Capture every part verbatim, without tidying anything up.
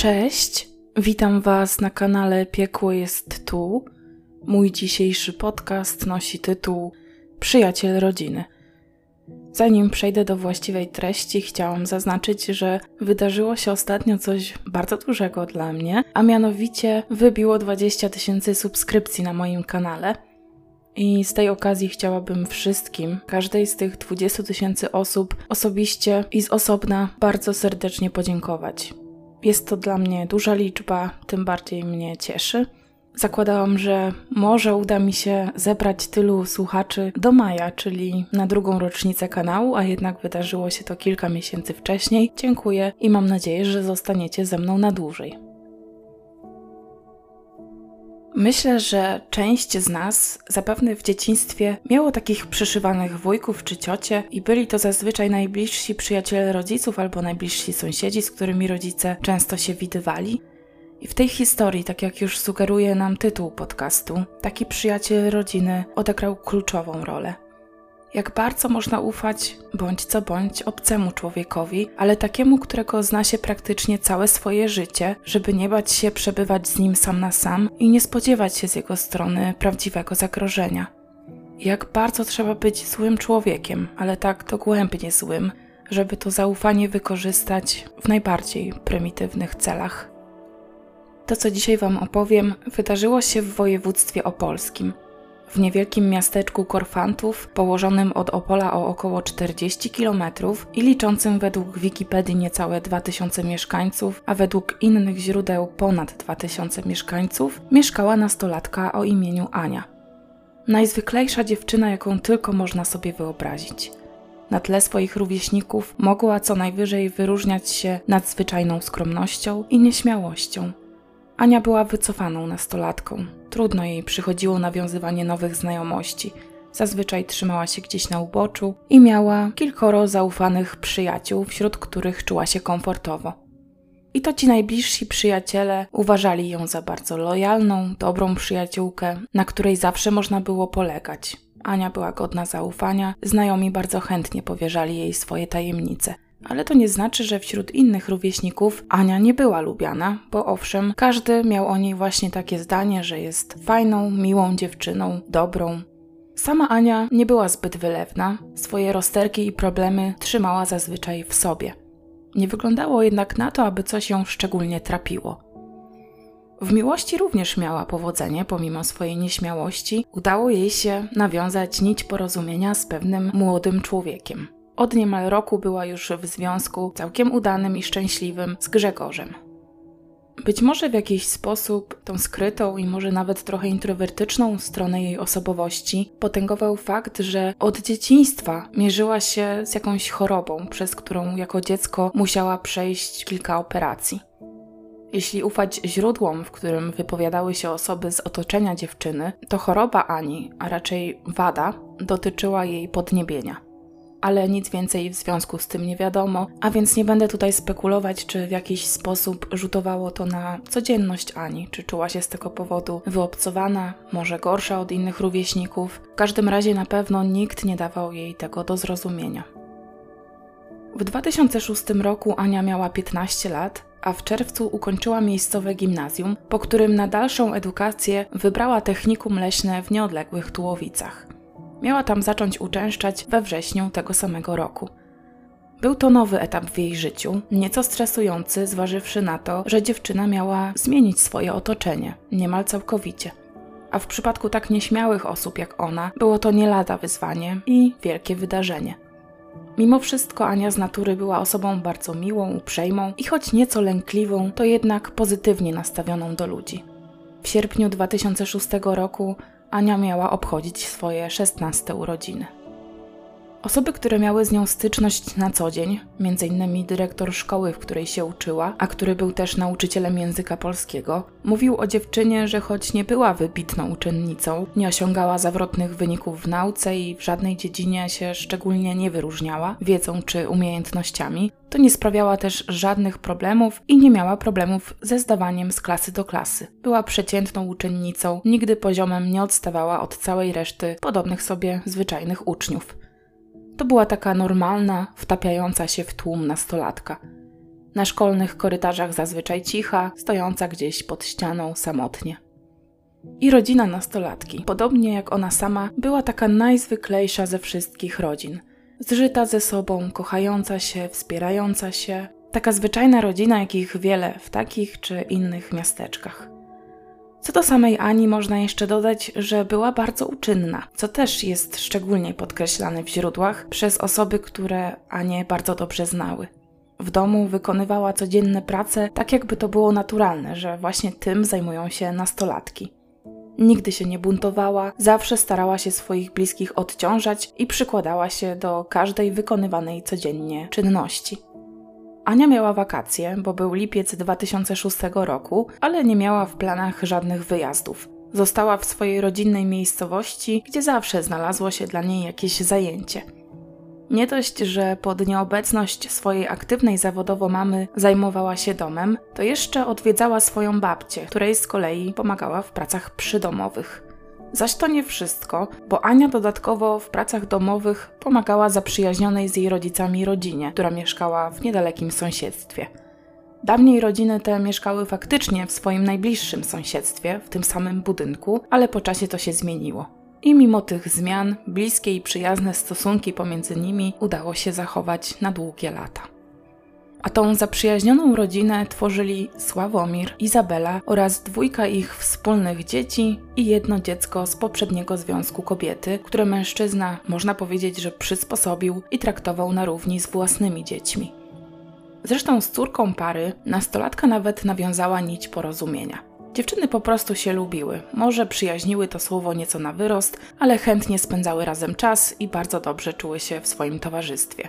Cześć, witam Was na kanale Piekło jest tu. Mój dzisiejszy podcast nosi tytuł Przyjaciel rodziny. Zanim przejdę do właściwej treści, chciałam zaznaczyć, że wydarzyło się ostatnio coś bardzo dużego dla mnie, a mianowicie wybiło dwadzieścia tysięcy subskrypcji na moim kanale. I z tej okazji chciałabym wszystkim, każdej z tych dwudziestu tysięcy osób osobiście i z osobna bardzo serdecznie podziękować. Jest to dla mnie duża liczba, tym bardziej mnie cieszy. Zakładałam, że może uda mi się zebrać tylu słuchaczy do maja, czyli na drugą rocznicę kanału, a jednak wydarzyło się to kilka miesięcy wcześniej. Dziękuję i mam nadzieję, że zostaniecie ze mną na dłużej. Myślę, że część z nas zapewne w dzieciństwie miało takich przyszywanych wujków czy ciocie i byli to zazwyczaj najbliżsi przyjaciele rodziców albo najbliżsi sąsiedzi, z którymi rodzice często się widywali. I w tej historii, tak jak już sugeruje nam tytuł podcastu, taki przyjaciel rodziny odegrał kluczową rolę. Jak bardzo można ufać, bądź co bądź, obcemu człowiekowi, ale takiemu, którego zna się praktycznie całe swoje życie, żeby nie bać się przebywać z nim sam na sam i nie spodziewać się z jego strony prawdziwego zagrożenia. Jak bardzo trzeba być złym człowiekiem, ale tak dogłębnie złym, żeby to zaufanie wykorzystać w najbardziej prymitywnych celach. To, co dzisiaj Wam opowiem, wydarzyło się w województwie opolskim. W niewielkim miasteczku Korfantów, położonym od Opola o około czterdzieści kilometrów i liczącym według Wikipedii niecałe dwa tysiące mieszkańców, a według innych źródeł ponad dwa tysiące mieszkańców, mieszkała nastolatka o imieniu Ania. Najzwyklejsza dziewczyna, jaką tylko można sobie wyobrazić. Na tle swoich rówieśników mogła co najwyżej wyróżniać się nadzwyczajną skromnością i nieśmiałością. Ania była wycofaną nastolatką. Trudno jej przychodziło nawiązywanie nowych znajomości. Zazwyczaj trzymała się gdzieś na uboczu i miała kilkoro zaufanych przyjaciół, wśród których czuła się komfortowo. I to ci najbliżsi przyjaciele uważali ją za bardzo lojalną, dobrą przyjaciółkę, na której zawsze można było polegać. Ania była godna zaufania, znajomi bardzo chętnie powierzali jej swoje tajemnice. Ale to nie znaczy, że wśród innych rówieśników Ania nie była lubiana, bo owszem, każdy miał o niej właśnie takie zdanie, że jest fajną, miłą dziewczyną, dobrą. Sama Ania nie była zbyt wylewna, swoje rozterki i problemy trzymała zazwyczaj w sobie. Nie wyglądało jednak na to, aby coś ją szczególnie trapiło. W miłości również miała powodzenie, pomimo swojej nieśmiałości. Udało jej się nawiązać nić porozumienia z pewnym młodym człowiekiem. Od niemal roku była już w związku całkiem udanym i szczęśliwym z Grzegorzem. Być może w jakiś sposób tą skrytą i może nawet trochę introwertyczną stronę jej osobowości potęgował fakt, że od dzieciństwa mierzyła się z jakąś chorobą, przez którą jako dziecko musiała przejść kilka operacji. Jeśli ufać źródłom, w którym wypowiadały się osoby z otoczenia dziewczyny, to choroba Ani, a raczej wada, dotyczyła jej podniebienia. Ale nic więcej w związku z tym nie wiadomo, a więc nie będę tutaj spekulować, czy w jakiś sposób rzutowało to na codzienność Ani, czy czuła się z tego powodu wyobcowana, może gorsza od innych rówieśników. W każdym razie na pewno nikt nie dawał jej tego do zrozumienia. W dwa tysiące szóstym roku Ania miała piętnaście lat, a w czerwcu ukończyła miejscowe gimnazjum, po którym na dalszą edukację wybrała technikum leśne w nieodległych Tułowicach. Miała tam zacząć uczęszczać we wrześniu tego samego roku. Był to nowy etap w jej życiu, nieco stresujący, zważywszy na to, że dziewczyna miała zmienić swoje otoczenie, niemal całkowicie. A w przypadku tak nieśmiałych osób jak ona, było to nie lada wyzwanie i wielkie wydarzenie. Mimo wszystko Ania z natury była osobą bardzo miłą, uprzejmą i choć nieco lękliwą, to jednak pozytywnie nastawioną do ludzi. W sierpniu dwa tysiące szóstego roku Ania miała obchodzić swoje szesnaste urodziny. Osoby, które miały z nią styczność na co dzień, między innymi dyrektor szkoły, w której się uczyła, a który był też nauczycielem języka polskiego, mówił o dziewczynie, że choć nie była wybitną uczennicą, nie osiągała zawrotnych wyników w nauce i w żadnej dziedzinie się szczególnie nie wyróżniała wiedzą czy umiejętnościami, to nie sprawiała też żadnych problemów i nie miała problemów ze zdawaniem z klasy do klasy. Była przeciętną uczennicą, nigdy poziomem nie odstawała od całej reszty podobnych sobie zwyczajnych uczniów. To była taka normalna, wtapiająca się w tłum nastolatka. Na szkolnych korytarzach zazwyczaj cicha, stojąca gdzieś pod ścianą samotnie. I rodzina nastolatki, podobnie jak ona sama, była taka najzwyklejsza ze wszystkich rodzin. Zżyta ze sobą, kochająca się, wspierająca się. Taka zwyczajna rodzina, jakich wiele w takich czy innych miasteczkach. Co do samej Ani można jeszcze dodać, że była bardzo uczynna, co też jest szczególnie podkreślane w źródłach przez osoby, które Anię bardzo dobrze znały. W domu wykonywała codzienne prace tak, jakby to było naturalne, że właśnie tym zajmują się nastolatki. Nigdy się nie buntowała, zawsze starała się swoich bliskich odciążać i przykładała się do każdej wykonywanej codziennie czynności. Ania miała wakacje, bo był lipiec dwa tysiące szóstego roku, ale nie miała w planach żadnych wyjazdów. Została w swojej rodzinnej miejscowości, gdzie zawsze znalazło się dla niej jakieś zajęcie. Nie dość, że pod nieobecność swojej aktywnej zawodowo mamy zajmowała się domem, to jeszcze odwiedzała swoją babcię, której z kolei pomagała w pracach przydomowych. Zaś to nie wszystko, bo Ania dodatkowo w pracach domowych pomagała zaprzyjaźnionej z jej rodzicami rodzinie, która mieszkała w niedalekim sąsiedztwie. Dawniej rodziny te mieszkały faktycznie w swoim najbliższym sąsiedztwie, w tym samym budynku, ale po czasie to się zmieniło. I mimo tych zmian, bliskie i przyjazne stosunki pomiędzy nimi udało się zachować na długie lata. A tą zaprzyjaźnioną rodzinę tworzyli Sławomir, Izabela oraz dwójka ich wspólnych dzieci i jedno dziecko z poprzedniego związku kobiety, które mężczyzna, można powiedzieć, że przysposobił i traktował na równi z własnymi dziećmi. Zresztą z córką pary nastolatka nawet nawiązała nić porozumienia. Dziewczyny po prostu się lubiły, może przyjaźniły to słowo nieco na wyrost, ale chętnie spędzały razem czas i bardzo dobrze czuły się w swoim towarzystwie.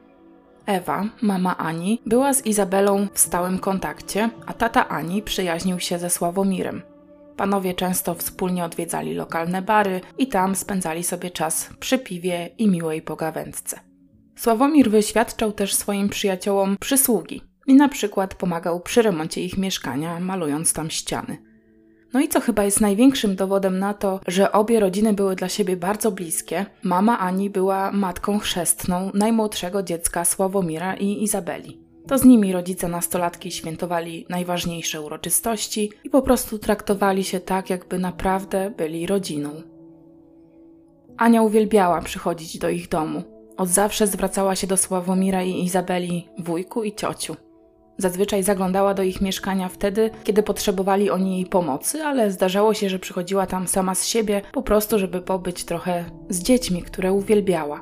Ewa, mama Ani, była z Izabelą w stałym kontakcie, a tata Ani przyjaźnił się ze Sławomirem. Panowie często wspólnie odwiedzali lokalne bary i tam spędzali sobie czas przy piwie i miłej pogawędce. Sławomir wyświadczał też swoim przyjaciołom przysługi i na przykład pomagał przy remoncie ich mieszkania, malując tam ściany. No i co chyba jest największym dowodem na to, że obie rodziny były dla siebie bardzo bliskie, mama Ani była matką chrzestną najmłodszego dziecka Sławomira i Izabeli. To z nimi rodzice nastolatki świętowali najważniejsze uroczystości i po prostu traktowali się tak, jakby naprawdę byli rodziną. Ania uwielbiała przychodzić do ich domu. Od zawsze zwracała się do Sławomira i Izabeli wujku i ciociu. Zazwyczaj zaglądała do ich mieszkania wtedy, kiedy potrzebowali oni jej pomocy, ale zdarzało się, że przychodziła tam sama z siebie, po prostu żeby pobyć trochę z dziećmi, które uwielbiała.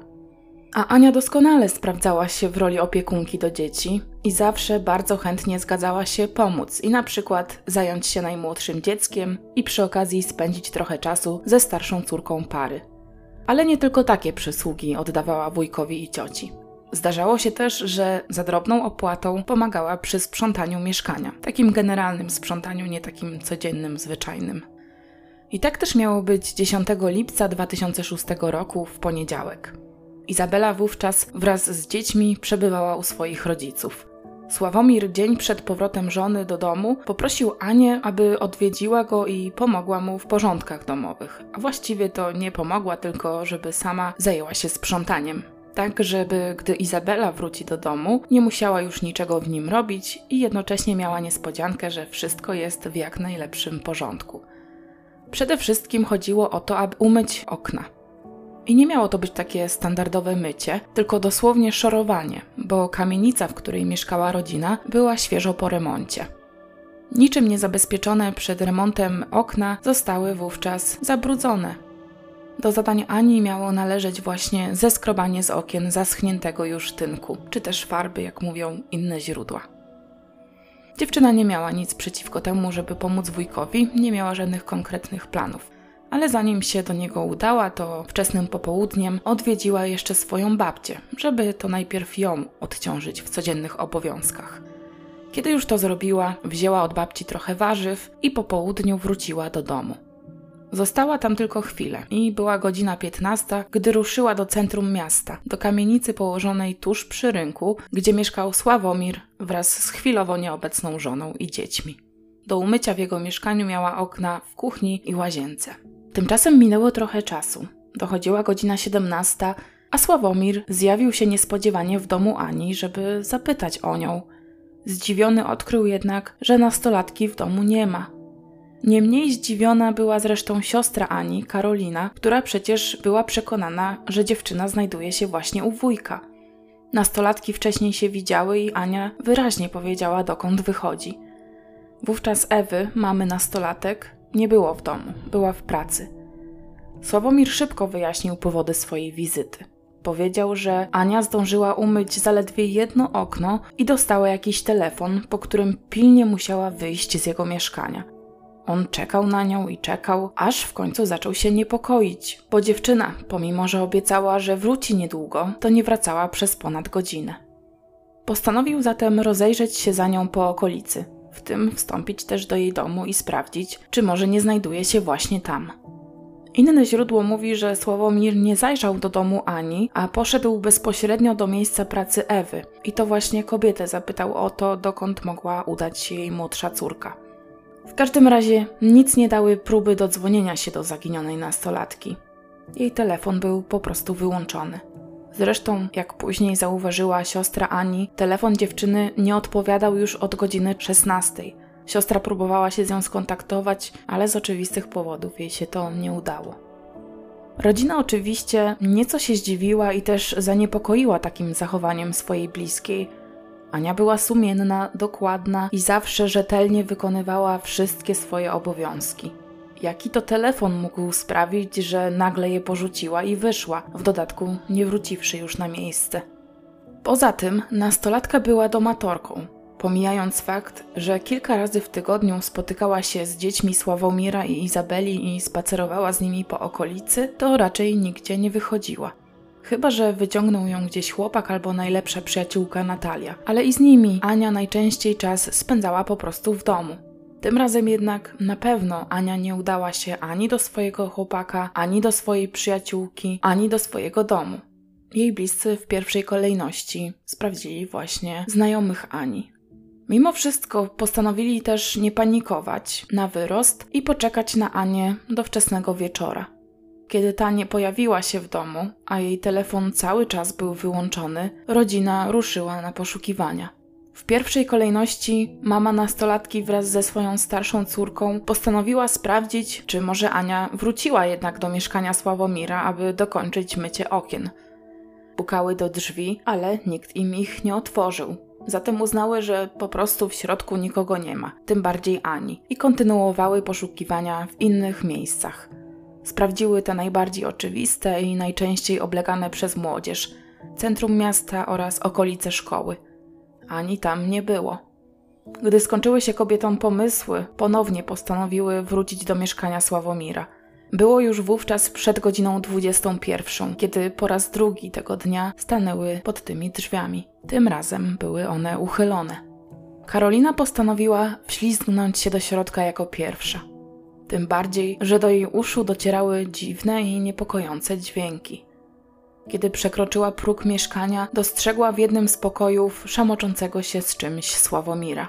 A Ania doskonale sprawdzała się w roli opiekunki do dzieci i zawsze bardzo chętnie zgadzała się pomóc i na przykład zająć się najmłodszym dzieckiem i przy okazji spędzić trochę czasu ze starszą córką pary. Ale nie tylko takie przysługi oddawała wujkowi i cioci. Zdarzało się też, że za drobną opłatą pomagała przy sprzątaniu mieszkania. Takim generalnym sprzątaniu, nie takim codziennym, zwyczajnym. I tak też miało być dziesiątego lipca dwa tysiące szóstego roku w poniedziałek. Izabela wówczas wraz z dziećmi przebywała u swoich rodziców. Sławomir dzień przed powrotem żony do domu poprosił Anię, aby odwiedziła go i pomogła mu w porządkach domowych. A właściwie to nie pomogła, tylko żeby sama zajęła się sprzątaniem. Tak, żeby gdy Izabela wróci do domu, nie musiała już niczego w nim robić i jednocześnie miała niespodziankę, że wszystko jest w jak najlepszym porządku. Przede wszystkim chodziło o to, aby umyć okna. I nie miało to być takie standardowe mycie, tylko dosłownie szorowanie, bo kamienica, w której mieszkała rodzina, była świeżo po remoncie. Niczym niezabezpieczone przed remontem okna zostały wówczas zabrudzone. Do zadań Ani miało należeć właśnie zeskrobanie z okien zaschniętego już tynku, czy też farby, jak mówią inne źródła. Dziewczyna nie miała nic przeciwko temu, żeby pomóc wujkowi, nie miała żadnych konkretnych planów. Ale zanim się do niego udała, to wczesnym popołudniem odwiedziła jeszcze swoją babcię, żeby to najpierw ją odciążyć w codziennych obowiązkach. Kiedy już to zrobiła, wzięła od babci trochę warzyw i po południu wróciła do domu. Została tam tylko chwilę i była godzina piętnasta, gdy ruszyła do centrum miasta, do kamienicy położonej tuż przy rynku, gdzie mieszkał Sławomir wraz z chwilowo nieobecną żoną i dziećmi. Do umycia w jego mieszkaniu miała okna w kuchni i łazience. Tymczasem minęło trochę czasu. Dochodziła godzina siedemnasta, a Sławomir zjawił się niespodziewanie w domu Ani, żeby zapytać o nią. Zdziwiony odkrył jednak, że nastolatki w domu nie ma. Nie mniej zdziwiona była zresztą siostra Ani, Karolina, która przecież była przekonana, że dziewczyna znajduje się właśnie u wujka. Nastolatki wcześniej się widziały i Ania wyraźnie powiedziała, dokąd wychodzi. Wówczas Ewy, mamy nastolatek, nie było w domu, była w pracy. Sławomir szybko wyjaśnił powody swojej wizyty. Powiedział, że Ania zdążyła umyć zaledwie jedno okno i dostała jakiś telefon, po którym pilnie musiała wyjść z jego mieszkania. On czekał na nią i czekał, aż w końcu zaczął się niepokoić, bo dziewczyna, pomimo że obiecała, że wróci niedługo, to nie wracała przez ponad godzinę. Postanowił zatem rozejrzeć się za nią po okolicy, w tym wstąpić też do jej domu i sprawdzić, czy może nie znajduje się właśnie tam. Inne źródło mówi, że Sławomir nie zajrzał do domu Ani, a poszedł bezpośrednio do miejsca pracy Ewy i to właśnie kobietę zapytał o to, dokąd mogła udać się jej młodsza córka. W każdym razie nic nie dały próby dodzwonienia się do zaginionej nastolatki. Jej telefon był po prostu wyłączony. Zresztą, jak później zauważyła siostra Ani, telefon dziewczyny nie odpowiadał już od godziny szesnastej. Siostra próbowała się z nią skontaktować, ale z oczywistych powodów jej się to nie udało. Rodzina oczywiście nieco się zdziwiła i też zaniepokoiła takim zachowaniem swojej bliskiej. Ania była sumienna, dokładna i zawsze rzetelnie wykonywała wszystkie swoje obowiązki. Jaki to telefon mógł sprawić, że nagle je porzuciła i wyszła, w dodatku nie wróciwszy już na miejsce. Poza tym nastolatka była domatorką. Pomijając fakt, że kilka razy w tygodniu spotykała się z dziećmi Sławomira i Izabeli i spacerowała z nimi po okolicy, to raczej nigdzie nie wychodziła. Chyba że wyciągnął ją gdzieś chłopak albo najlepsza przyjaciółka Natalia, ale i z nimi Ania najczęściej czas spędzała po prostu w domu. Tym razem jednak na pewno Ania nie udała się ani do swojego chłopaka, ani do swojej przyjaciółki, ani do swojego domu. Jej bliscy w pierwszej kolejności sprawdzili właśnie znajomych Ani. Mimo wszystko postanowili też nie panikować na wyrost i poczekać na Anię do wczesnego wieczora. Kiedy ta nie pojawiła się w domu, a jej telefon cały czas był wyłączony, rodzina ruszyła na poszukiwania. W pierwszej kolejności mama nastolatki wraz ze swoją starszą córką postanowiła sprawdzić, czy może Ania wróciła jednak do mieszkania Sławomira, aby dokończyć mycie okien. Pukały do drzwi, ale nikt im ich nie otworzył. Zatem uznały, że po prostu w środku nikogo nie ma, tym bardziej Ani, i kontynuowały poszukiwania w innych miejscach. Sprawdziły te najbardziej oczywiste i najczęściej oblegane przez młodzież, centrum miasta oraz okolice szkoły. Ani tam nie było. Gdy skończyły się kobietom pomysły, ponownie postanowiły wrócić do mieszkania Sławomira. Było już wówczas przed godziną dwudziestą pierwszą, kiedy po raz drugi tego dnia stanęły pod tymi drzwiami. Tym razem były one uchylone. Karolina postanowiła wślizgnąć się do środka jako pierwsza. Tym bardziej, że do jej uszu docierały dziwne i niepokojące dźwięki. Kiedy przekroczyła próg mieszkania, dostrzegła w jednym z pokojów szamoczącego się z czymś Sławomira.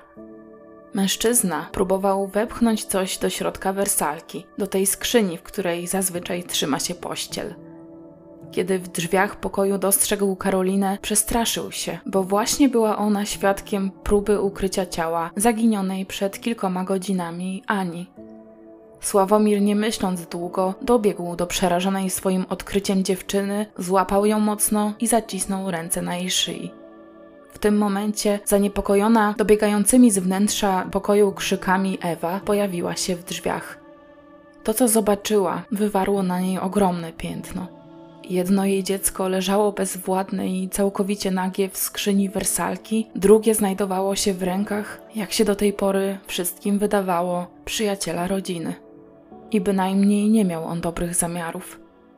Mężczyzna próbował wepchnąć coś do środka wersalki, do tej skrzyni, w której zazwyczaj trzyma się pościel. Kiedy w drzwiach pokoju dostrzegł Karolinę, przestraszył się, bo właśnie była ona świadkiem próby ukrycia ciała zaginionej przed kilkoma godzinami Ani. Sławomir, nie myśląc długo, dobiegł do przerażonej swoim odkryciem dziewczyny, złapał ją mocno i zacisnął ręce na jej szyi. W tym momencie, zaniepokojona dobiegającymi z wnętrza pokoju krzykami, Ewa pojawiła się w drzwiach. To, co zobaczyła, wywarło na niej ogromne piętno. Jedno jej dziecko leżało bezwładne i całkowicie nagie w skrzyni wersalki, drugie znajdowało się w rękach, jak się do tej pory wszystkim wydawało, przyjaciela rodziny. I bynajmniej nie miał on dobrych zamiarów.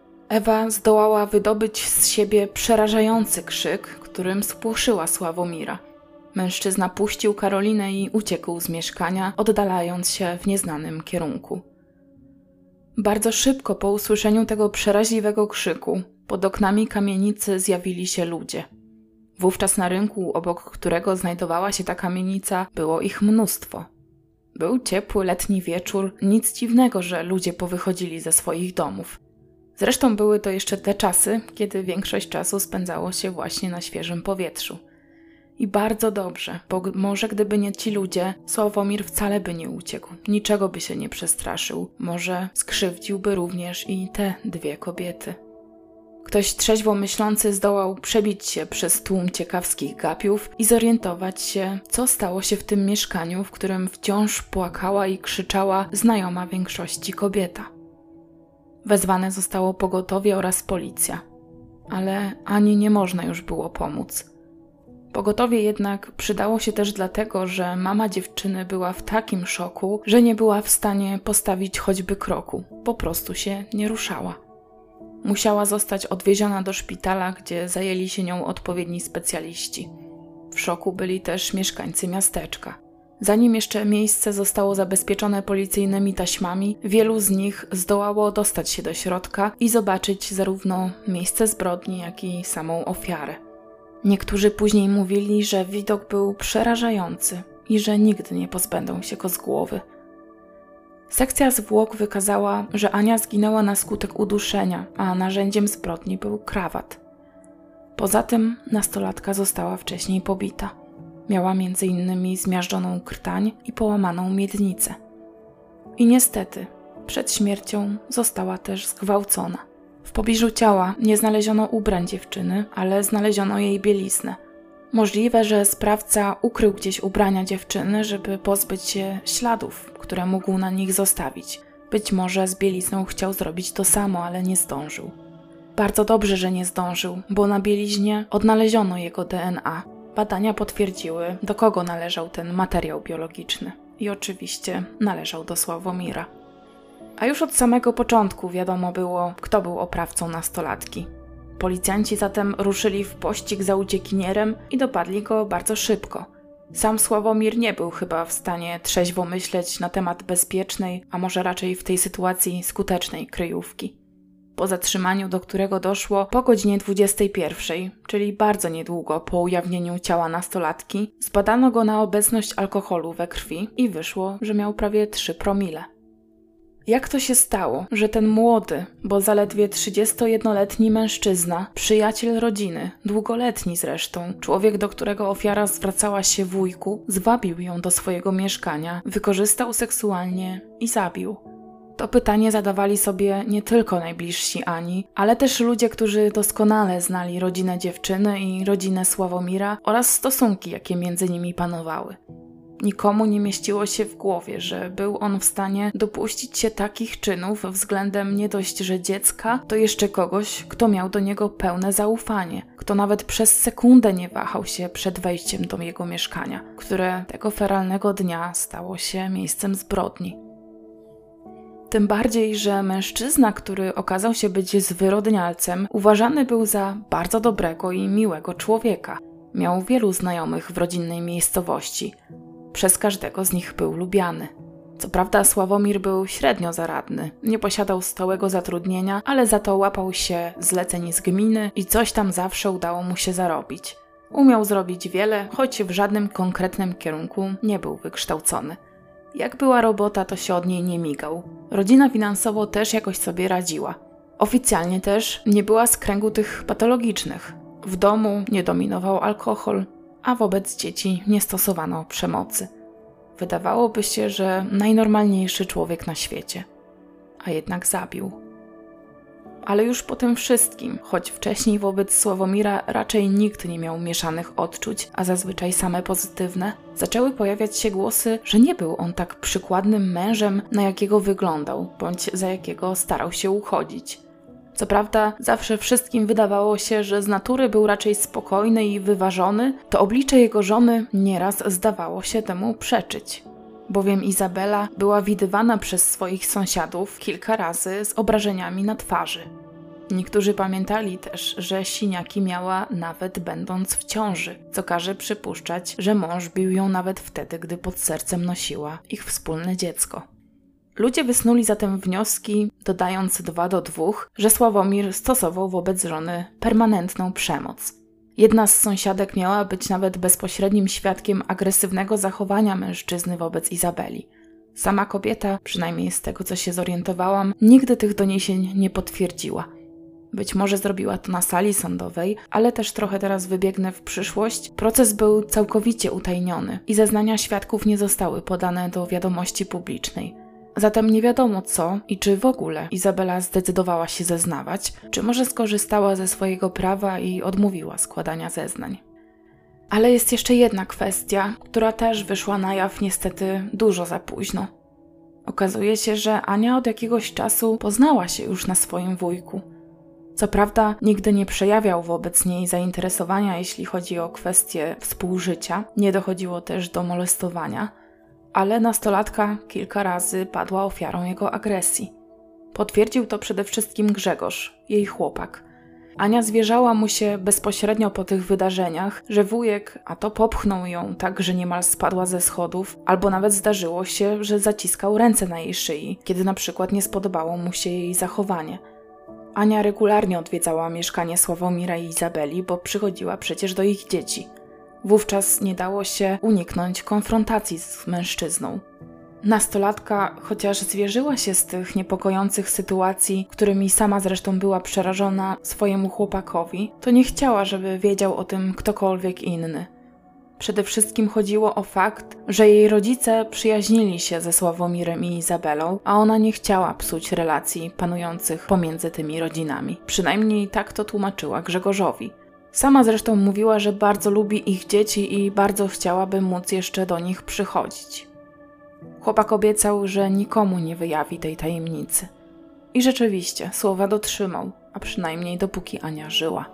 Ewa zdołała wydobyć z siebie przerażający krzyk, którym spłoszyła Sławomira. Mężczyzna puścił Karolinę i uciekł z mieszkania, oddalając się w nieznanym kierunku. Bardzo szybko po usłyszeniu tego przeraźliwego krzyku pod oknami kamienicy zjawili się ludzie. Wówczas na rynku, obok którego znajdowała się ta kamienica, było ich mnóstwo. Był ciepły letni wieczór, nic dziwnego, że ludzie powychodzili ze swoich domów. Zresztą były to jeszcze te czasy, kiedy większość czasu spędzało się właśnie na świeżym powietrzu. I bardzo dobrze, bo może gdyby nie ci ludzie, Sławomir wcale by nie uciekł, niczego by się nie przestraszył, może skrzywdziłby również i te dwie kobiety. Ktoś trzeźwo myślący zdołał przebić się przez tłum ciekawskich gapiów i zorientować się, co stało się w tym mieszkaniu, w którym wciąż płakała i krzyczała znajoma większości kobieta. Wezwane zostało pogotowie oraz policja, ale Ani nie można już było pomóc. Pogotowie jednak przydało się też dlatego, że mama dziewczyny była w takim szoku, że nie była w stanie postawić choćby kroku, po prostu się nie ruszała. Musiała zostać odwieziona do szpitala, gdzie zajęli się nią odpowiedni specjaliści. W szoku byli też mieszkańcy miasteczka. Zanim jeszcze miejsce zostało zabezpieczone policyjnymi taśmami, wielu z nich zdołało dostać się do środka i zobaczyć zarówno miejsce zbrodni, jak i samą ofiarę. Niektórzy później mówili, że widok był przerażający i że nigdy nie pozbędą się go z głowy. Sekcja zwłok wykazała, że Ania zginęła na skutek uduszenia, a narzędziem zbrodni był krawat. Poza tym nastolatka została wcześniej pobita. Miała między innymi zmiażdżoną krtań i połamaną miednicę. I niestety, przed śmiercią została też zgwałcona. W pobliżu ciała nie znaleziono ubrań dziewczyny, ale znaleziono jej bieliznę. Możliwe, że sprawca ukrył gdzieś ubrania dziewczyny, żeby pozbyć się śladów, które mógł na nich zostawić. Być może z bielizną chciał zrobić to samo, ale nie zdążył. Bardzo dobrze, że nie zdążył, bo na bieliźnie odnaleziono jego D N A. Badania potwierdziły, do kogo należał ten materiał biologiczny. I oczywiście należał do Sławomira. A już od samego początku wiadomo było, kto był oprawcą nastolatki. Policjanci zatem ruszyli w pościg za uciekinierem i dopadli go bardzo szybko. Sam Sławomir nie był chyba w stanie trzeźwo myśleć na temat bezpiecznej, a może raczej w tej sytuacji skutecznej kryjówki. Po zatrzymaniu, do którego doszło po godzinie dwudziestej pierwszej, czyli bardzo niedługo po ujawnieniu ciała nastolatki, zbadano go na obecność alkoholu we krwi i wyszło, że miał prawie trzy promile. Jak to się stało, że ten młody, bo zaledwie trzydziestojednoletni mężczyzna, przyjaciel rodziny, długoletni zresztą, człowiek, do którego ofiara zwracała się wujku, zwabił ją do swojego mieszkania, wykorzystał seksualnie i zabił? To pytanie zadawali sobie nie tylko najbliżsi Ani, ale też ludzie, którzy doskonale znali rodzinę dziewczyny i rodzinę Sławomira oraz stosunki, jakie między nimi panowały. Nikomu nie mieściło się w głowie, że był on w stanie dopuścić się takich czynów względem nie dość, że dziecka, to jeszcze kogoś, kto miał do niego pełne zaufanie, kto nawet przez sekundę nie wahał się przed wejściem do jego mieszkania, które tego feralnego dnia stało się miejscem zbrodni. Tym bardziej, że mężczyzna, który okazał się być zwyrodnialcem, uważany był za bardzo dobrego i miłego człowieka. Miał wielu znajomych w rodzinnej miejscowości. Przez każdego z nich był lubiany. Co prawda Sławomir był średnio zaradny, nie posiadał stałego zatrudnienia, ale za to łapał się zleceń z gminy i coś tam zawsze udało mu się zarobić. Umiał zrobić wiele, choć w żadnym konkretnym kierunku nie był wykształcony. Jak była robota, to się od niej nie migał. Rodzina finansowo też jakoś sobie radziła. Oficjalnie też nie była z kręgu tych patologicznych. W domu nie dominował alkohol, a wobec dzieci nie stosowano przemocy. Wydawałoby się, że najnormalniejszy człowiek na świecie. A jednak zabił. Ale już po tym wszystkim, choć wcześniej wobec Sławomira raczej nikt nie miał mieszanych odczuć, a zazwyczaj same pozytywne, zaczęły pojawiać się głosy, że nie był on tak przykładnym mężem, na jakiego wyglądał, bądź za jakiego starał się uchodzić. Co prawda zawsze wszystkim wydawało się, że z natury był raczej spokojny i wyważony, to oblicze jego żony nieraz zdawało się temu przeczyć. Bowiem Izabela była widywana przez swoich sąsiadów kilka razy z obrażeniami na twarzy. Niektórzy pamiętali też, że siniaki miała nawet będąc w ciąży, co każe przypuszczać, że mąż bił ją nawet wtedy, gdy pod sercem nosiła ich wspólne dziecko. Ludzie wysnuli zatem wnioski, dodając dwa do dwóch, że Sławomir stosował wobec żony permanentną przemoc. Jedna z sąsiadek miała być nawet bezpośrednim świadkiem agresywnego zachowania mężczyzny wobec Izabeli. Sama kobieta, przynajmniej z tego co się zorientowałam, nigdy tych doniesień nie potwierdziła. Być może zrobiła to na sali sądowej, ale też trochę teraz wybiegnę w przyszłość. Proces był całkowicie utajniony i zeznania świadków nie zostały podane do wiadomości publicznej. Zatem nie wiadomo co i czy w ogóle Izabela zdecydowała się zeznawać, czy może skorzystała ze swojego prawa i odmówiła składania zeznań. Ale jest jeszcze jedna kwestia, która też wyszła na jaw niestety dużo za późno. Okazuje się, że Ania od jakiegoś czasu poznała się już na swoim wujku. Co prawda nigdy nie przejawiał wobec niej zainteresowania, jeśli chodzi o kwestie współżycia, nie dochodziło też do molestowania, ale nastolatka kilka razy padła ofiarą jego agresji. Potwierdził to przede wszystkim Grzegorz, jej chłopak. Ania zwierzała mu się bezpośrednio po tych wydarzeniach, że wujek a to popchnął ją tak, że niemal spadła ze schodów, albo nawet zdarzyło się, że zaciskał ręce na jej szyi, kiedy na przykład nie spodobało mu się jej zachowanie. Ania regularnie odwiedzała mieszkanie Sławomira i Izabeli, bo przychodziła przecież do ich dzieci. Wówczas nie dało się uniknąć konfrontacji z mężczyzną. Nastolatka, chociaż zwierzyła się z tych niepokojących sytuacji, którymi sama zresztą była przerażona swojemu chłopakowi, to nie chciała, żeby wiedział o tym ktokolwiek inny. Przede wszystkim chodziło o fakt, że jej rodzice przyjaźnili się ze Sławomirem i Izabelą, a ona nie chciała psuć relacji panujących pomiędzy tymi rodzinami. Przynajmniej tak to tłumaczyła Grzegorzowi. Sama zresztą mówiła, że bardzo lubi ich dzieci i bardzo chciałaby móc jeszcze do nich przychodzić. Chłopak obiecał, że nikomu nie wyjawi tej tajemnicy. I rzeczywiście, słowa dotrzymał, a przynajmniej dopóki Ania żyła.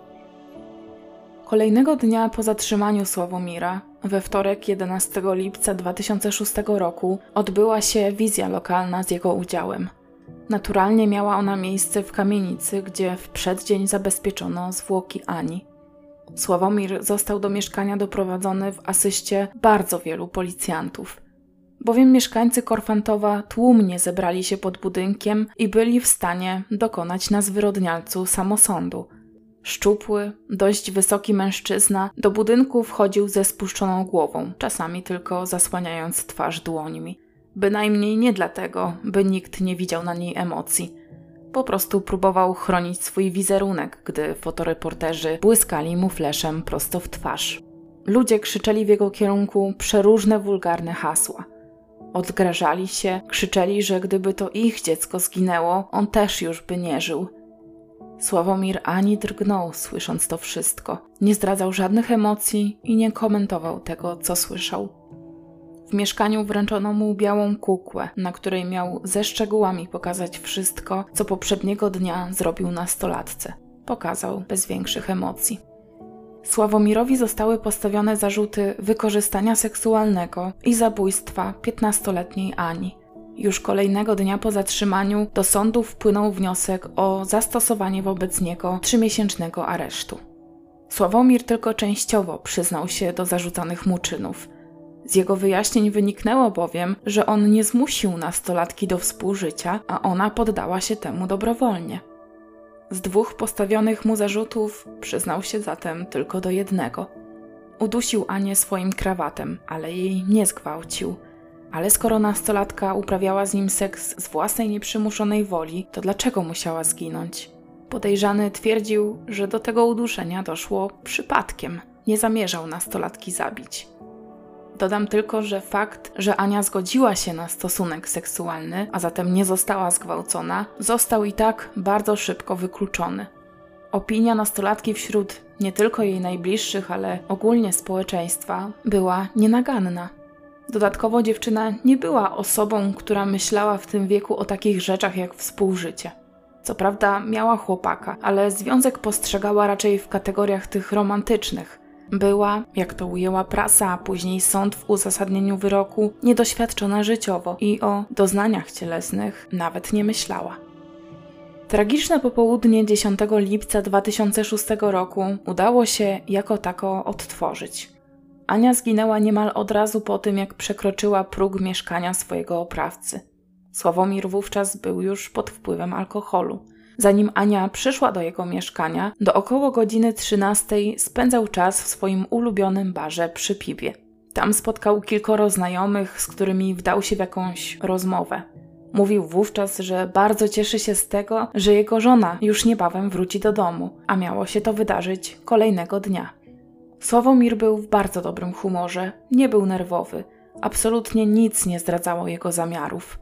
Kolejnego dnia po zatrzymaniu Sławomira, we wtorek jedenastego lipca dwa tysiące szóstego roku, odbyła się wizja lokalna z jego udziałem. Naturalnie miała ona miejsce w kamienicy, gdzie w przeddzień zabezpieczono zwłoki Ani. Sławomir został do mieszkania doprowadzony w asyście bardzo wielu policjantów, bowiem mieszkańcy Korfantowa tłumnie zebrali się pod budynkiem i byli w stanie dokonać na zwyrodnialcu samosądu. Szczupły, dość wysoki mężczyzna do budynku wchodził ze spuszczoną głową, czasami tylko zasłaniając twarz dłońmi. Bynajmniej nie dlatego, by nikt nie widział na niej emocji. Po prostu próbował chronić swój wizerunek, gdy fotoreporterzy błyskali mu fleszem prosto w twarz. Ludzie krzyczeli w jego kierunku przeróżne wulgarne hasła. Odgrażali się, krzyczeli, że gdyby to ich dziecko zginęło, on też już by nie żył. Sławomir ani drgnął, słysząc to wszystko. Nie zdradzał żadnych emocji i nie komentował tego, co słyszał. W mieszkaniu wręczono mu białą kukłę, na której miał ze szczegółami pokazać wszystko, co poprzedniego dnia zrobił nastolatce. Pokazał bez większych emocji. Sławomirowi zostały postawione zarzuty wykorzystania seksualnego i zabójstwa piętnastoletniej Ani. Już kolejnego dnia po zatrzymaniu do sądu wpłynął wniosek o zastosowanie wobec niego trzymiesięcznego aresztu. Sławomir tylko częściowo przyznał się do zarzucanych mu czynów. Z jego wyjaśnień wyniknęło bowiem, że on nie zmusił nastolatki do współżycia, a ona poddała się temu dobrowolnie. Z dwóch postawionych mu zarzutów przyznał się zatem tylko do jednego. Udusił Anię swoim krawatem, ale jej nie zgwałcił. Ale skoro nastolatka uprawiała z nim seks z własnej nieprzymuszonej woli, to dlaczego musiała zginąć? Podejrzany twierdził, że do tego uduszenia doszło przypadkiem. Nie zamierzał nastolatki zabić. Dodam tylko, że fakt, że Ania zgodziła się na stosunek seksualny, a zatem nie została zgwałcona, został i tak bardzo szybko wykluczony. Opinia nastolatki wśród nie tylko jej najbliższych, ale ogólnie społeczeństwa była nienaganna. Dodatkowo dziewczyna nie była osobą, która myślała w tym wieku o takich rzeczach jak współżycie. Co prawda miała chłopaka, ale związek postrzegała raczej w kategoriach tych romantycznych. Była, jak to ujęła prasa, a później sąd w uzasadnieniu wyroku, niedoświadczona życiowo i o doznaniach cielesnych nawet nie myślała. Tragiczne popołudnie dziesiątego lipca dwa tysiące szóstego roku udało się jako tako odtworzyć. Ania zginęła niemal od razu po tym, jak przekroczyła próg mieszkania swojego oprawcy. Sławomir wówczas był już pod wpływem alkoholu. Zanim Ania przyszła do jego mieszkania, do około godziny trzynastej spędzał czas w swoim ulubionym barze przy piwie. Tam spotkał kilkoro znajomych, z którymi wdał się w jakąś rozmowę. Mówił wówczas, że bardzo cieszy się z tego, że jego żona już niebawem wróci do domu, a miało się to wydarzyć kolejnego dnia. Sławomir był w bardzo dobrym humorze, nie był nerwowy, absolutnie nic nie zdradzało jego zamiarów.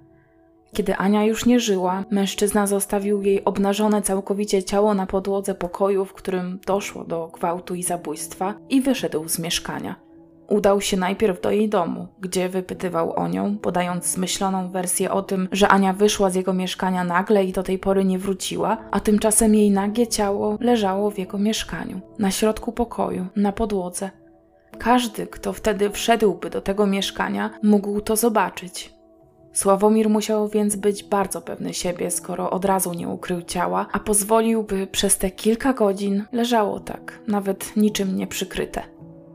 Kiedy Ania już nie żyła, mężczyzna zostawił jej obnażone całkowicie ciało na podłodze pokoju, w którym doszło do gwałtu i zabójstwa, i wyszedł z mieszkania. Udał się najpierw do jej domu, gdzie wypytywał o nią, podając zmyśloną wersję o tym, że Ania wyszła z jego mieszkania nagle i do tej pory nie wróciła, a tymczasem jej nagie ciało leżało w jego mieszkaniu, na środku pokoju, na podłodze. Każdy, kto wtedy wszedłby do tego mieszkania, mógł to zobaczyć. Sławomir musiał więc być bardzo pewny siebie, skoro od razu nie ukrył ciała, a pozwolił, by przez te kilka godzin leżało tak, nawet niczym nie przykryte.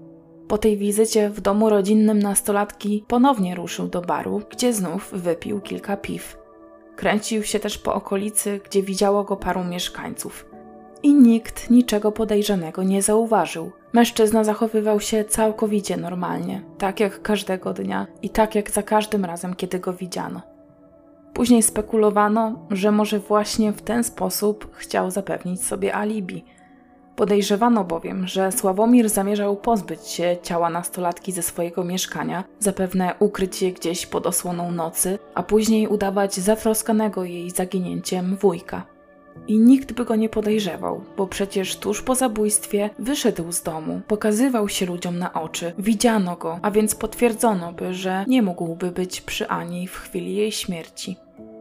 Po tej wizycie w domu rodzinnym nastolatki ponownie ruszył do baru, gdzie znów wypił kilka piw. Kręcił się też po okolicy, gdzie widziało go paru mieszkańców. I nikt niczego podejrzanego nie zauważył. Mężczyzna zachowywał się całkowicie normalnie, tak jak każdego dnia i tak jak za każdym razem, kiedy go widziano. Później spekulowano, że może właśnie w ten sposób chciał zapewnić sobie alibi. Podejrzewano bowiem, że Sławomir zamierzał pozbyć się ciała nastolatki ze swojego mieszkania, zapewne ukryć je gdzieś pod osłoną nocy, a później udawać zatroskanego jej zaginięciem wujka. I nikt by go nie podejrzewał, bo przecież tuż po zabójstwie wyszedł z domu, pokazywał się ludziom na oczy, widziano go, a więc potwierdzono by, że nie mógłby być przy Ani w chwili jej śmierci.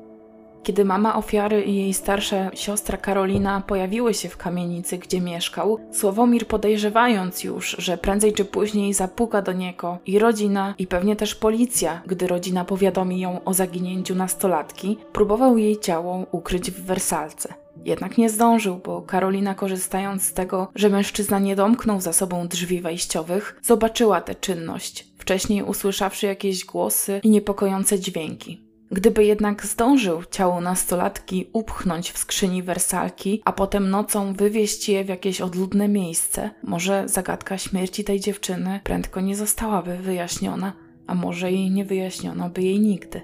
Kiedy mama ofiary i jej starsza siostra Karolina pojawiły się w kamienicy, gdzie mieszkał, Sławomir, podejrzewając już, że prędzej czy później zapuka do niego i rodzina, i pewnie też policja, gdy rodzina powiadomi ją o zaginięciu nastolatki, próbował jej ciało ukryć w wersalce. Jednak nie zdążył, bo Karolina, korzystając z tego, że mężczyzna nie domknął za sobą drzwi wejściowych, zobaczyła tę czynność, wcześniej usłyszawszy jakieś głosy i niepokojące dźwięki. Gdyby jednak zdążył ciało nastolatki upchnąć w skrzyni wersalki, a potem nocą wywieźć je w jakieś odludne miejsce, może zagadka śmierci tej dziewczyny prędko nie zostałaby wyjaśniona, a może i nie wyjaśniono by jej nigdy.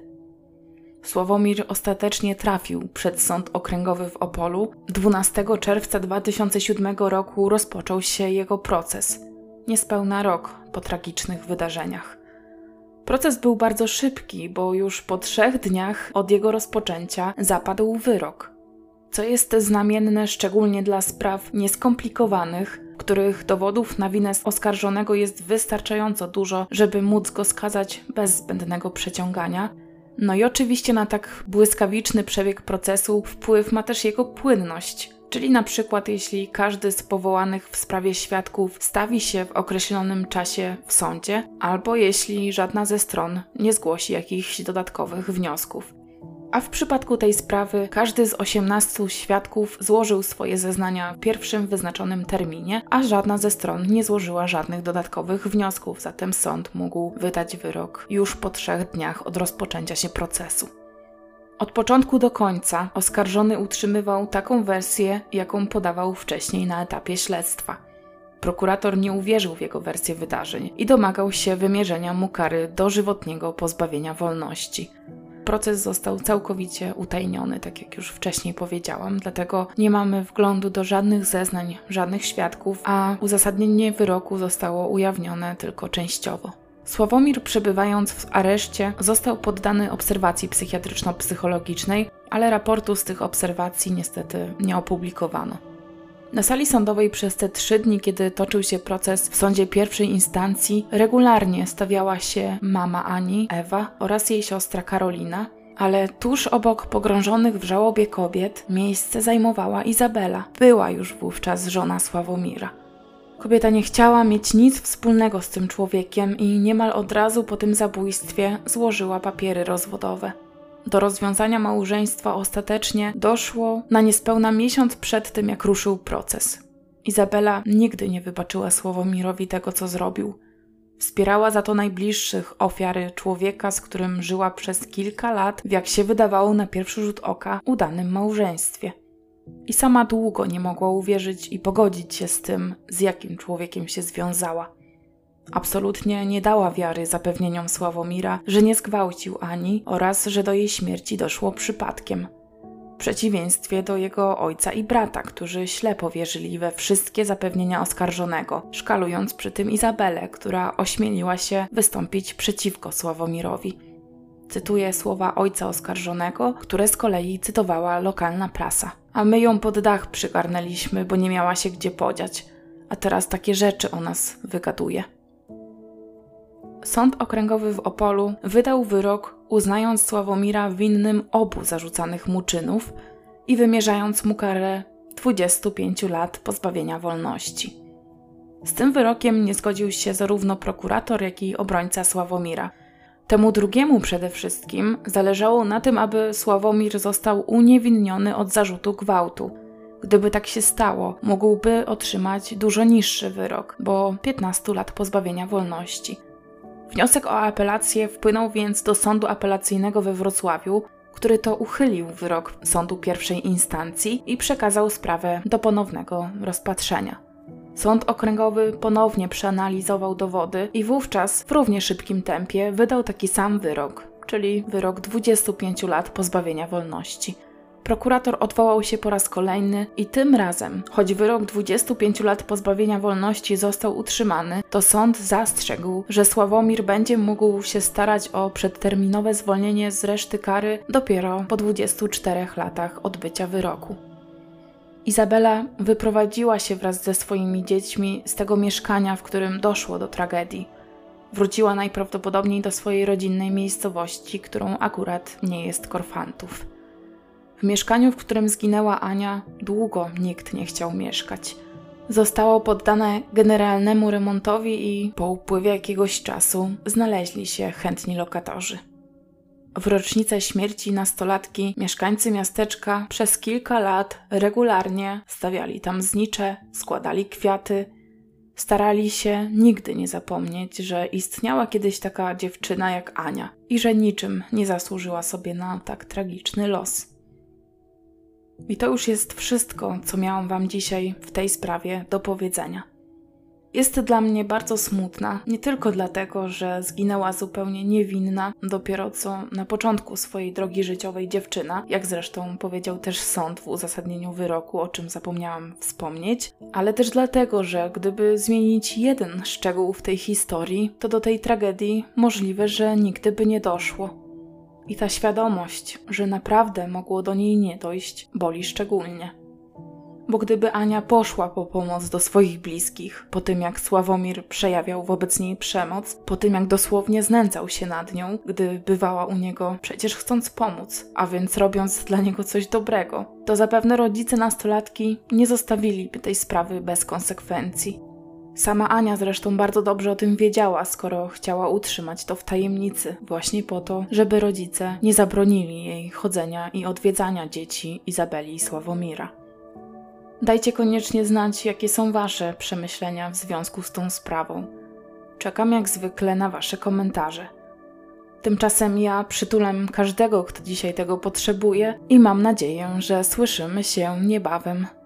Sławomir ostatecznie trafił przed Sąd Okręgowy w Opolu. dwunastego czerwca dwa tysiące siódmego roku rozpoczął się jego proces, niespełna rok po tragicznych wydarzeniach. Proces był bardzo szybki, bo już po trzech dniach od jego rozpoczęcia zapadł wyrok. Co jest znamienne szczególnie dla spraw nieskomplikowanych, których dowodów na winę oskarżonego jest wystarczająco dużo, żeby móc go skazać bez zbędnego przeciągania. No i oczywiście na tak błyskawiczny przebieg procesu wpływ ma też jego płynność. Czyli na przykład jeśli każdy z powołanych w sprawie świadków stawi się w określonym czasie w sądzie, albo jeśli żadna ze stron nie zgłosi jakichś dodatkowych wniosków. A w przypadku tej sprawy każdy z osiemnastu świadków złożył swoje zeznania w pierwszym wyznaczonym terminie, a żadna ze stron nie złożyła żadnych dodatkowych wniosków, zatem sąd mógł wydać wyrok już po trzech dniach od rozpoczęcia się procesu. Od początku do końca oskarżony utrzymywał taką wersję, jaką podawał wcześniej na etapie śledztwa. Prokurator nie uwierzył w jego wersję wydarzeń i domagał się wymierzenia mu kary dożywotniego pozbawienia wolności. Proces został całkowicie utajniony, tak jak już wcześniej powiedziałam, dlatego nie mamy wglądu do żadnych zeznań, żadnych świadków, a uzasadnienie wyroku zostało ujawnione tylko częściowo. Sławomir, przebywając w areszcie, został poddany obserwacji psychiatryczno-psychologicznej, ale raportu z tych obserwacji niestety nie opublikowano. Na sali sądowej przez te trzy dni, kiedy toczył się proces w sądzie pierwszej instancji, regularnie stawiała się mama Ani, Ewa, oraz jej siostra Karolina, ale tuż obok pogrążonych w żałobie kobiet miejsce zajmowała Izabela. Była już wówczas żona Sławomira. Kobieta nie chciała mieć nic wspólnego z tym człowiekiem i niemal od razu po tym zabójstwie złożyła papiery rozwodowe. Do rozwiązania małżeństwa ostatecznie doszło na niespełna miesiąc przed tym, jak ruszył proces. Izabela nigdy nie wybaczyła Sławomirowi tego, co zrobił. Wspierała za to najbliższych ofiary człowieka, z którym żyła przez kilka lat w, jak się wydawało na pierwszy rzut oka, udanym małżeństwie. I sama długo nie mogła uwierzyć i pogodzić się z tym, z jakim człowiekiem się związała. Absolutnie nie dała wiary zapewnieniom Sławomira, że nie zgwałcił Ani oraz że do jej śmierci doszło przypadkiem. W przeciwieństwie do jego ojca i brata, którzy ślepo wierzyli we wszystkie zapewnienia oskarżonego, szkalując przy tym Izabelę, która ośmieliła się wystąpić przeciwko Sławomirowi. Cytuję słowa ojca oskarżonego, które z kolei cytowała lokalna prasa. A my ją pod dach przygarnęliśmy, bo nie miała się gdzie podziać, a teraz takie rzeczy o nas wygaduje. Sąd Okręgowy w Opolu wydał wyrok, uznając Sławomira winnym obu zarzucanych mu czynów i wymierzając mu karę dwudziestu pięciu lat pozbawienia wolności. Z tym wyrokiem nie zgodził się zarówno prokurator, jak i obrońca Sławomira. Temu drugiemu przede wszystkim zależało na tym, aby Sławomir został uniewinniony od zarzutu gwałtu. Gdyby tak się stało, mógłby otrzymać dużo niższy wyrok, bo piętnastu lat pozbawienia wolności. Wniosek o apelację wpłynął więc do Sądu Apelacyjnego we Wrocławiu, który to uchylił wyrok sądu pierwszej instancji i przekazał sprawę do ponownego rozpatrzenia. Sąd Okręgowy ponownie przeanalizował dowody i wówczas w równie szybkim tempie wydał taki sam wyrok, czyli wyrok dwudziestu pięciu lat pozbawienia wolności. Prokurator odwołał się po raz kolejny i tym razem, choć wyrok dwudziestu pięciu lat pozbawienia wolności został utrzymany, to sąd zastrzegł, że Sławomir będzie mógł się starać o przedterminowe zwolnienie z reszty kary dopiero po dwudziestu czterech latach odbycia wyroku. Izabela wyprowadziła się wraz ze swoimi dziećmi z tego mieszkania, w którym doszło do tragedii. Wróciła najprawdopodobniej do swojej rodzinnej miejscowości, którą akurat nie jest Korfantów. W mieszkaniu, w którym zginęła Ania, długo nikt nie chciał mieszkać. Zostało poddane generalnemu remontowi i po upływie jakiegoś czasu znaleźli się chętni lokatorzy. W rocznicę śmierci nastolatki mieszkańcy miasteczka przez kilka lat regularnie stawiali tam znicze, składali kwiaty, starali się nigdy nie zapomnieć, że istniała kiedyś taka dziewczyna jak Ania i że niczym nie zasłużyła sobie na tak tragiczny los. I to już jest wszystko, co miałam Wam dzisiaj w tej sprawie do powiedzenia. Jest dla mnie bardzo smutna, nie tylko dlatego, że zginęła zupełnie niewinna, dopiero co na początku swojej drogi życiowej dziewczyna, jak zresztą powiedział też sąd w uzasadnieniu wyroku, o czym zapomniałam wspomnieć, ale też dlatego, że gdyby zmienić jeden szczegół w tej historii, to do tej tragedii możliwe, że nigdy by nie doszło. I ta świadomość, że naprawdę mogło do niej nie dojść, boli szczególnie. Bo gdyby Ania poszła po pomoc do swoich bliskich, po tym jak Sławomir przejawiał wobec niej przemoc, po tym jak dosłownie znęcał się nad nią, gdy bywała u niego przecież chcąc pomóc, a więc robiąc dla niego coś dobrego, to zapewne rodzice nastolatki nie zostawiliby tej sprawy bez konsekwencji. Sama Ania zresztą bardzo dobrze o tym wiedziała, skoro chciała utrzymać to w tajemnicy, właśnie po to, żeby rodzice nie zabronili jej chodzenia i odwiedzania dzieci Izabeli i Sławomira. Dajcie koniecznie znać, jakie są Wasze przemyślenia w związku z tą sprawą. Czekam jak zwykle na Wasze komentarze. Tymczasem ja przytulam każdego, kto dzisiaj tego potrzebuje i mam nadzieję, że słyszymy się niebawem.